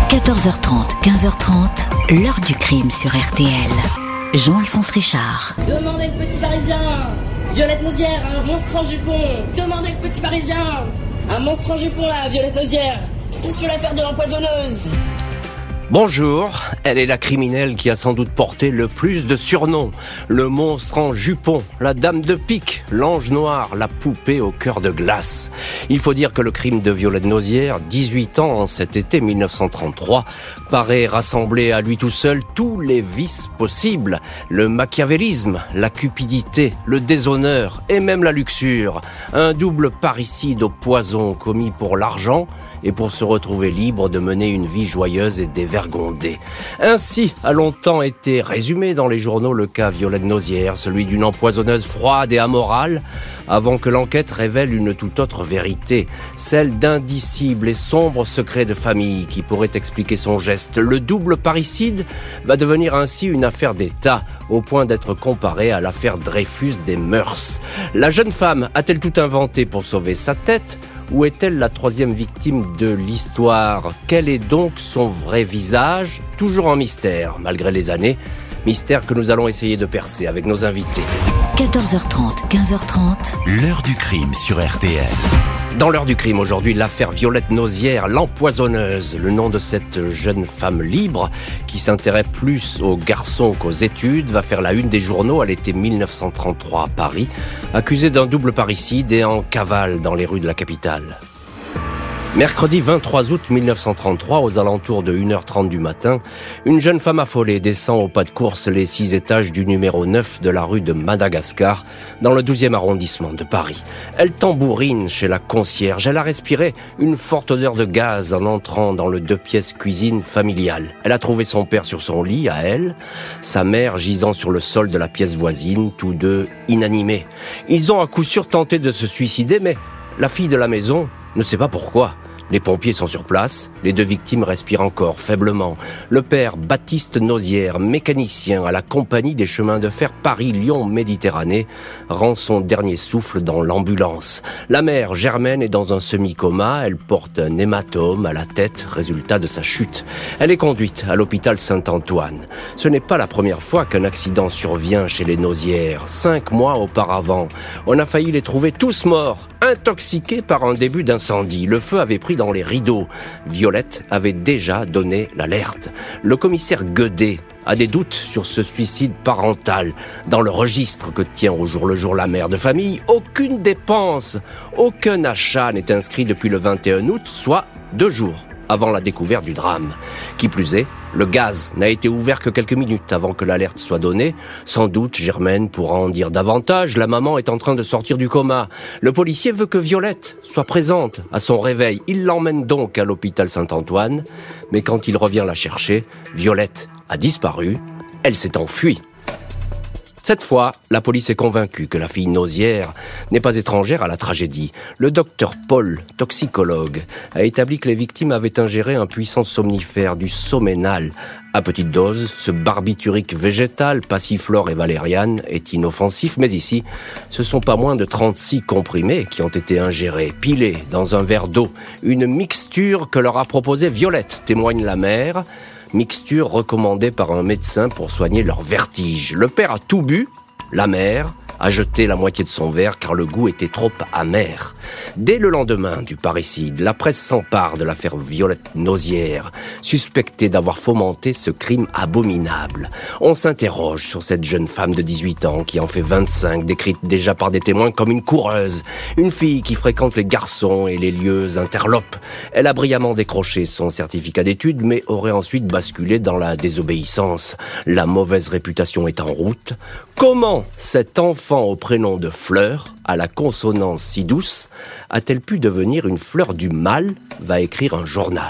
14h30, 15h30, l'heure du crime sur RTL. Jean-Alphonse Richard. Demandez le petit Parisien. Violette Nozière, un monstre en jupon. Demandez le petit Parisien. Un monstre en jupon là, Violette Nozière. C'est sur l'affaire de l'empoisonneuse. Bonjour, elle est la criminelle qui a sans doute porté le plus de surnoms. Le monstre en jupon, la dame de pique, l'ange noir, la poupée au cœur de glace. Il faut dire que le crime de Violette Nozière, 18 ans en cet été 1933, paraît rassembler à lui tout seul tous les vices possibles. Le machiavélisme, la cupidité, le déshonneur et même la luxure. Un double parricide au poison commis pour l'argent et pour se retrouver libre de mener une vie joyeuse et dévergondée. Ainsi a longtemps été résumé dans les journaux le cas Violette Nozière, celui d'une empoisonneuse froide et amorale, avant que l'enquête révèle une toute autre vérité, celle d'indicibles et sombres secrets de famille qui pourraient expliquer son geste. Le double parricide va devenir ainsi une affaire d'État, au point d'être comparée à l'affaire Dreyfus des mœurs. La jeune femme a-t-elle tout inventé pour sauver sa tête ? Ou est-elle la troisième victime de l'histoire ? Quel est donc son vrai visage ? Toujours en mystère, malgré les années. Mystère que nous allons essayer de percer avec nos invités. 14h30, 15h30. L'heure du crime sur RTL. Dans l'heure du crime aujourd'hui, l'affaire Violette Nozière, l'empoisonneuse, le nom de cette jeune femme libre qui s'intéresse plus aux garçons qu'aux études, va faire la une des journaux à l'été 1933 à Paris, accusée d'un double parricide et en cavale dans les rues de la capitale. Mercredi 23 août 1933, aux alentours de 1h30 du matin, une jeune femme affolée descend au pas de course les 6 étages du numéro 9 de la rue de Madagascar, dans le 12e arrondissement de Paris. Elle tambourine chez la concierge. Elle a respiré une forte odeur de gaz en entrant dans le 2 pièces cuisine familiale. Elle a trouvé son père sur son lit, à elle, sa mère gisant sur le sol de la pièce voisine, tous deux inanimés. Ils ont à coup sûr tenté de se suicider, mais la fille de la maison ne sait pas pourquoi. Les pompiers sont sur place, les 2 victimes respirent encore faiblement. Le père Baptiste Nozière, mécanicien à la compagnie des chemins de fer Paris-Lyon-Méditerranée, rend son dernier souffle dans l'ambulance. La mère Germaine est dans un semi-coma, elle porte un hématome à la tête, résultat de sa chute. Elle est conduite à l'hôpital Saint-Antoine. Ce n'est pas la première fois qu'un accident survient chez les Nozières. 5 mois auparavant, on a failli les trouver tous morts, intoxiqués par un début d'incendie. Le feu avait pris dans les rideaux. Violette avait déjà donné l'alerte. Le commissaire Guedet a des doutes sur ce suicide parental. Dans le registre que tient au jour le jour la mère de famille, aucune dépense, aucun achat n'est inscrit depuis le 21 août, soit 2 jours avant la découverte du drame. Qui plus est, le gaz n'a été ouvert que quelques minutes avant que l'alerte soit donnée. Sans doute, Germaine pourra en dire davantage. La maman est en train de sortir du coma. Le policier veut que Violette soit présente à son réveil. Il l'emmène donc à l'hôpital Saint-Antoine. Mais quand il revient la chercher, Violette a disparu. Elle s'est enfuie. Cette fois, la police est convaincue que la fille Nozière n'est pas étrangère à la tragédie. Le docteur Paul, toxicologue, a établi que les victimes avaient ingéré un puissant somnifère, du Soménal. À petite dose, ce barbiturique végétal, passiflore et valériane, est inoffensif, mais ici, ce sont pas moins de 36 comprimés qui ont été ingérés, pilés dans un verre d'eau. Une mixture que leur a proposée Violette, témoigne la mère. Mixture recommandée par un médecin pour soigner leur vertige. Le père a tout bu, la mère a jeté la moitié de son verre car le goût était trop amer. Dès le lendemain du parricide, la presse s'empare de l'affaire Violette Nozière, suspectée d'avoir fomenté ce crime abominable. On s'interroge sur cette jeune femme de 18 ans qui en fait 25, décrite déjà par des témoins comme une coureuse, une fille qui fréquente les garçons et les lieux interlopes. Elle a brillamment décroché son certificat d'études, mais aurait ensuite basculé dans la désobéissance. La mauvaise réputation est en route. Comment cet enfant au prénom de Fleur, à la consonance si douce, a-t-elle pu devenir une fleur du mal, va écrire un journal.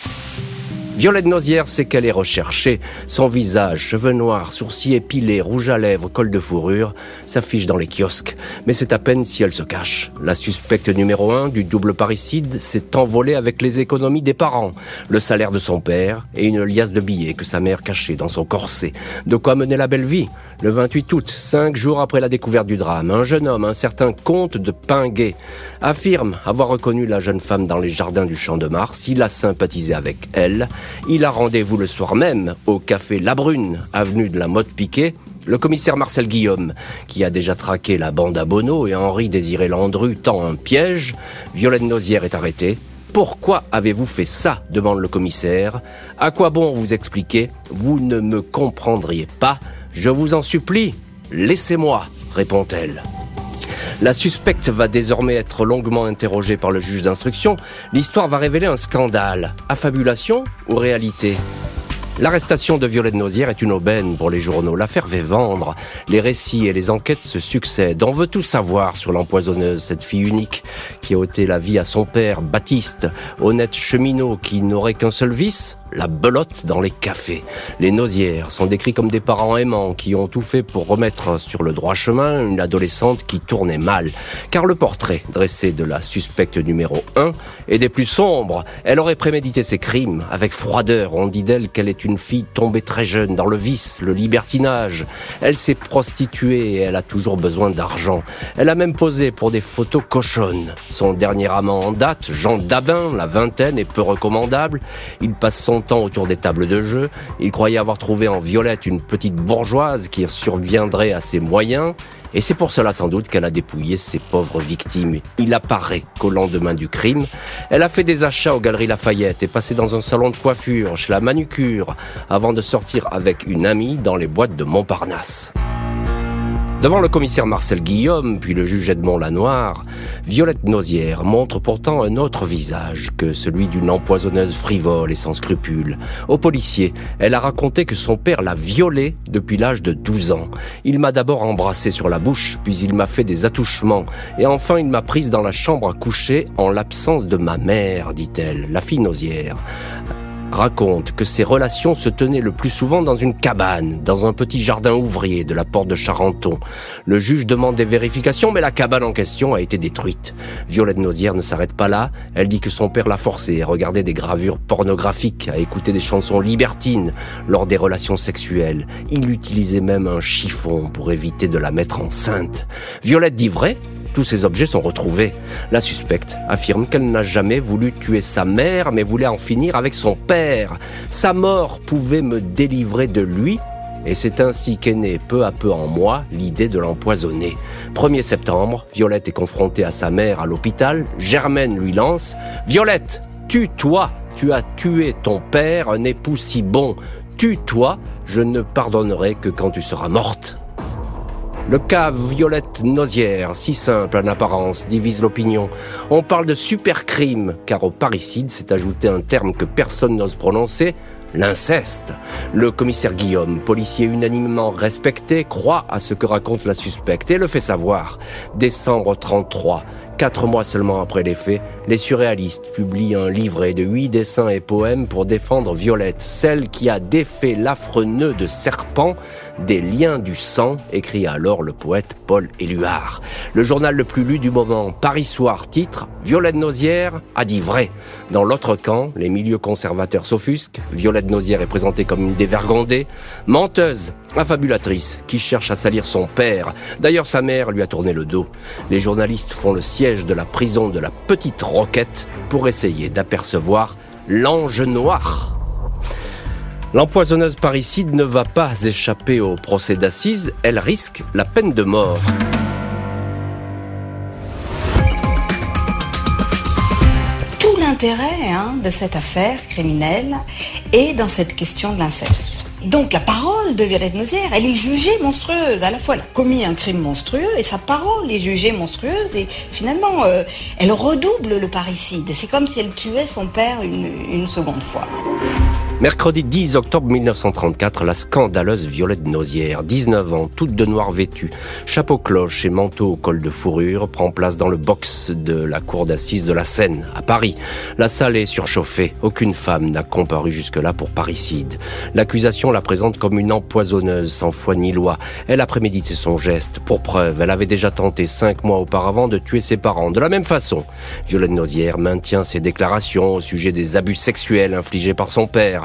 Violette Nozière sait qu'elle est recherchée. Son visage, cheveux noirs, sourcils épilés, rouge à lèvres, col de fourrure, s'affiche dans les kiosques. Mais c'est à peine si elle se cache. La suspecte numéro 1 du double parricide s'est envolée avec les économies des parents, le salaire de son père et une liasse de billets que sa mère cachait dans son corset. De quoi mener la belle vie. Le 28 août, 5 jours après la découverte du drame, un jeune homme, un certain comte de Pinguet, affirme avoir reconnu la jeune femme dans les jardins du Champ de Mars. Il a sympathisé avec elle. Il a rendez-vous le soir même au café La Brune, avenue de la Motte-Piquet. Le commissaire Marcel Guillaume, qui a déjà traqué la bande à Bonneau et Henri-Désiré Landru, tend un piège. Violette Nozière est arrêtée. Pourquoi avez-vous fait ça ? Demande le commissaire. À quoi bon vous expliquer ? Vous ne me comprendriez pas. Je vous en supplie, laissez-moi, répond-elle. La suspecte va désormais être longuement interrogée par le juge d'instruction. L'histoire va révéler un scandale. Affabulation ou réalité ? L'arrestation de Violette Nozière est une aubaine pour les journaux. L'affaire fait vendre. Les récits et les enquêtes se succèdent. On veut tout savoir sur l'empoisonneuse, cette fille unique qui a ôté la vie à son père, Baptiste, honnête cheminot qui n'aurait qu'un seul vice, la belote dans les cafés. Les Nozières sont décrits comme des parents aimants qui ont tout fait pour remettre sur le droit chemin une adolescente qui tournait mal. Car le portrait dressé de la suspecte numéro 1 est des plus sombres. Elle aurait prémédité ses crimes avec froideur. On dit d'elle qu'elle est une fille tombée très jeune dans le vice, le libertinage. Elle s'est prostituée et elle a toujours besoin d'argent. Elle a même posé pour des photos cochonnes. Son dernier amant en date, Jean Dabin, la vingtaine, est peu recommandable. Il passe son temps autour des tables de jeu. Il croyait avoir trouvé en Violette une petite bourgeoise qui surviendrait à ses moyens. Et c'est pour cela sans doute qu'elle a dépouillé ses pauvres victimes. Il apparaît qu'au lendemain du crime, elle a fait des achats aux Galeries Lafayette et passé dans un salon de coiffure, chez la manucure, avant de sortir avec une amie dans les boîtes de Montparnasse. Devant le commissaire Marcel Guillaume, puis le juge Edmond Lanoir, Violette Nozière montre pourtant un autre visage que celui d'une empoisonneuse frivole et sans scrupules. Au policier, elle a raconté que son père l'a violée depuis l'âge de 12 ans. Il m'a d'abord embrassé sur la bouche, puis il m'a fait des attouchements, et enfin il m'a prise dans la chambre à coucher en l'absence de ma mère, dit-elle, la fille Nozière. Raconte que ces relations se tenaient le plus souvent dans une cabane, dans un petit jardin ouvrier de la porte de Charenton. Le juge demande des vérifications, mais la cabane en question a été détruite. Violette Nozière ne s'arrête pas là. Elle dit que son père l'a forcée à regarder des gravures pornographiques, à écouter des chansons libertines lors des relations sexuelles. Il utilisait même un chiffon pour éviter de la mettre enceinte. Violette dit vrai ? Tous ces objets sont retrouvés. La suspecte affirme qu'elle n'a jamais voulu tuer sa mère, mais voulait en finir avec son père. Sa mort pouvait me délivrer de lui, et c'est ainsi qu'est née peu à peu en moi l'idée de l'empoisonner. 1er septembre, Violette est confrontée à sa mère à l'hôpital. Germaine lui lance « Violette, tue-toi, tu as tué ton père, un époux si bon. Tue-toi, je ne pardonnerai que quand tu seras morte. » Le cas Violette Nozière, si simple en apparence, divise l'opinion. On parle de supercrime, car au parricide s'est ajouté un terme que personne n'ose prononcer, l'inceste. Le commissaire Guillaume, policier unanimement respecté, croit à ce que raconte la suspecte et le fait savoir. Décembre 33, 4 mois seulement après les faits, les surréalistes publient un livret de 8 dessins et poèmes pour défendre Violette, celle qui a défait l'affreux nœud de serpent des liens du sang, écrit alors le poète Paul Éluard. Le journal le plus lu du moment, Paris Soir, titre « Violette Nozière a dit vrai ». Dans l'autre camp, les milieux conservateurs s'offusquent. Violette Nozière est présentée comme une dévergondée, menteuse, affabulatrice, qui cherche à salir son père. D'ailleurs, sa mère lui a tourné le dos. Les journalistes font le siège de la prison de la Petite Roquette pour essayer d'apercevoir l'ange noir. L'empoisonneuse parricide ne va pas échapper au procès d'assises, elle risque la peine de mort. Tout l'intérêt de cette affaire criminelle est dans cette question de l'inceste. Donc la parole de Violette Nozière, elle est jugée monstrueuse. À la fois, elle a commis un crime monstrueux et sa parole est jugée monstrueuse. Et finalement, elle redouble le parricide. C'est comme si elle tuait son père une seconde fois. Mercredi 10 octobre 1934, la scandaleuse Violette Nozière, 19 ans, toute de noir vêtue, chapeau cloche et manteau au col de fourrure, prend place dans le box de la cour d'assises de la Seine, à Paris. La salle est surchauffée. Aucune femme n'a comparu jusque-là pour parricide. L'accusation la présente comme une empoisonneuse sans foi ni loi. Elle a prémédité son geste. Pour preuve, elle avait déjà tenté 5 mois auparavant de tuer ses parents. De la même façon, Violette Nozière maintient ses déclarations au sujet des abus sexuels infligés par son père.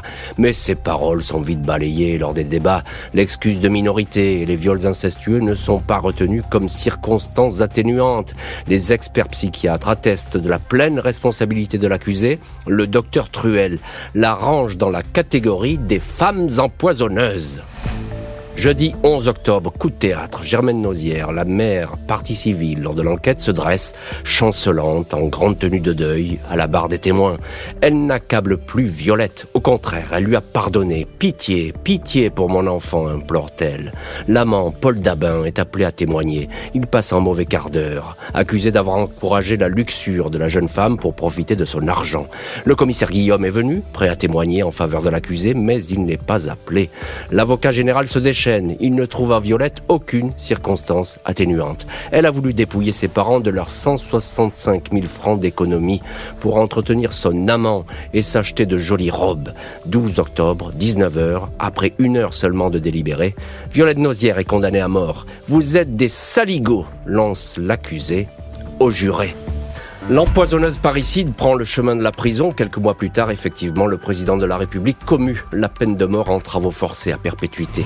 Mais ces paroles sont vite balayées lors des débats. L'excuse de minorité et les viols incestueux ne sont pas retenus comme circonstances atténuantes. Les experts psychiatres attestent de la pleine responsabilité de l'accusé. Le docteur Truel la range dans la catégorie des femmes empoisonneuses. Jeudi 11 octobre, coup de théâtre, Germaine Nozières, la mère, partie civile lors de l'enquête, se dresse, chancelante, en grande tenue de deuil, à la barre des témoins. Elle n'accable plus Violette, au contraire, elle lui a pardonné. Pitié, pitié pour mon enfant, implore-t-elle. L'amant, Paul Dabin, est appelé à témoigner. Il passe un mauvais quart d'heure, accusé d'avoir encouragé la luxure de la jeune femme pour profiter de son argent. Le commissaire Guillaume est venu, prêt à témoigner en faveur de l'accusé, mais il n'est pas appelé. L'avocat général se déchaîne. Il ne trouve à Violette aucune circonstance atténuante. Elle a voulu dépouiller ses parents de leurs 165 000 francs d'économie pour entretenir son amant et s'acheter de jolies robes. 12 octobre, 19h, après 1 heure seulement de délibéré, Violette Nozières est condamnée à mort. « Vous êtes des saligots », lance l'accusé au juré. L'empoisonneuse parricide prend le chemin de la prison. Quelques mois plus tard, effectivement, le président de la République commue la peine de mort en travaux forcés à perpétuité.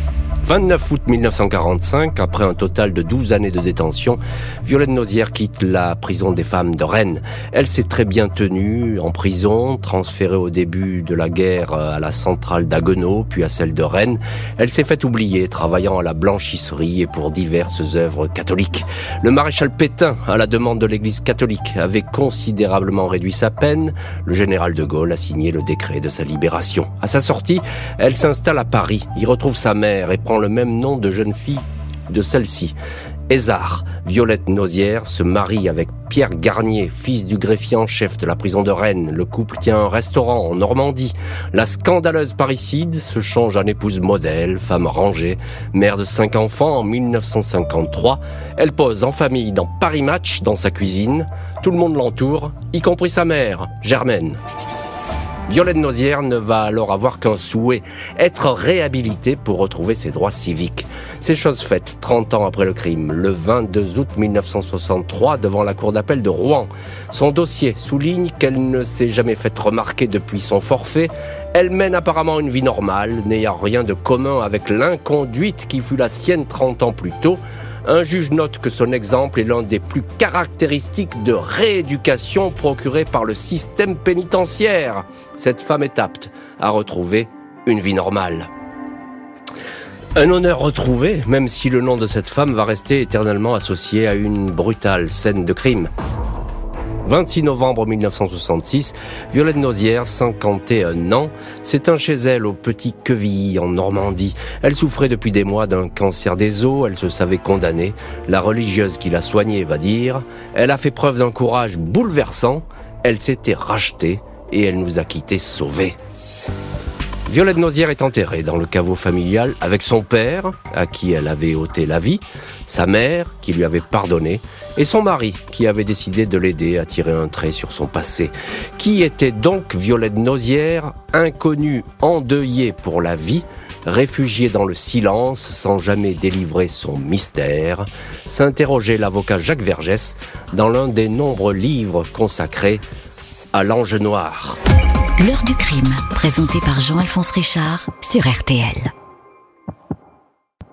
29 août 1945, après un total de 12 années de détention, Violette Nozières quitte la prison des femmes de Rennes. Elle s'est très bien tenue en prison, transférée au début de la guerre à la centrale d'Haguenau, puis à celle de Rennes. Elle s'est fait oublier, travaillant à la blanchisserie et pour diverses œuvres catholiques. Le maréchal Pétain, à la demande de l'Église catholique, avait considérablement réduit sa peine. Le général de Gaulle a signé le décret de sa libération. À sa sortie, elle s'installe à Paris, y retrouve sa mère et prend le même nom de jeune fille de celle-ci. Hézard, Violette Nozières se marie avec Pierre Garnier, fils du greffier en chef de la prison de Rennes. Le couple tient un restaurant en Normandie. La scandaleuse parricide se change en épouse modèle, femme rangée, mère de 5 enfants en 1953. Elle pose en famille dans Paris Match, dans sa cuisine. Tout le monde l'entoure, y compris sa mère, Germaine. Violette Nozières ne va alors avoir qu'un souhait, être réhabilitée pour retrouver ses droits civiques. C'est chose faite 30 ans après le crime, le 22 août 1963, devant la cour d'appel de Rouen. Son dossier souligne qu'elle ne s'est jamais fait remarquer depuis son forfait. Elle mène apparemment une vie normale, n'ayant rien de commun avec l'inconduite qui fut la sienne 30 ans plus tôt. Un juge note que son exemple est l'un des plus caractéristiques de rééducation procurée par le système pénitentiaire. Cette femme est apte à retrouver une vie normale. Un honneur retrouvé, même si le nom de cette femme va rester éternellement associé à une brutale scène de crime. 26 novembre 1966, Violette Nozières, 51 ans, s'éteint chez elle au Petit Quevilly, en Normandie. Elle souffrait depuis des mois d'un cancer des os, elle se savait condamnée. La religieuse qui l'a soignée va dire « Elle a fait preuve d'un courage bouleversant, elle s'était rachetée et elle nous a quittés sauvés ». Violette Nozières est enterrée dans le caveau familial avec son père, à qui elle avait ôté la vie, sa mère, qui lui avait pardonné, et son mari, qui avait décidé de l'aider à tirer un trait sur son passé. Qui était donc Violette Nozières, inconnue, endeuillée pour la vie, réfugiée dans le silence sans jamais délivrer son mystère, s'interrogeait l'avocat Jacques Vergès dans l'un des nombreux livres consacrés à l'Ange Noir. L'heure du crime, présenté par Jean-Alphonse Richard sur RTL.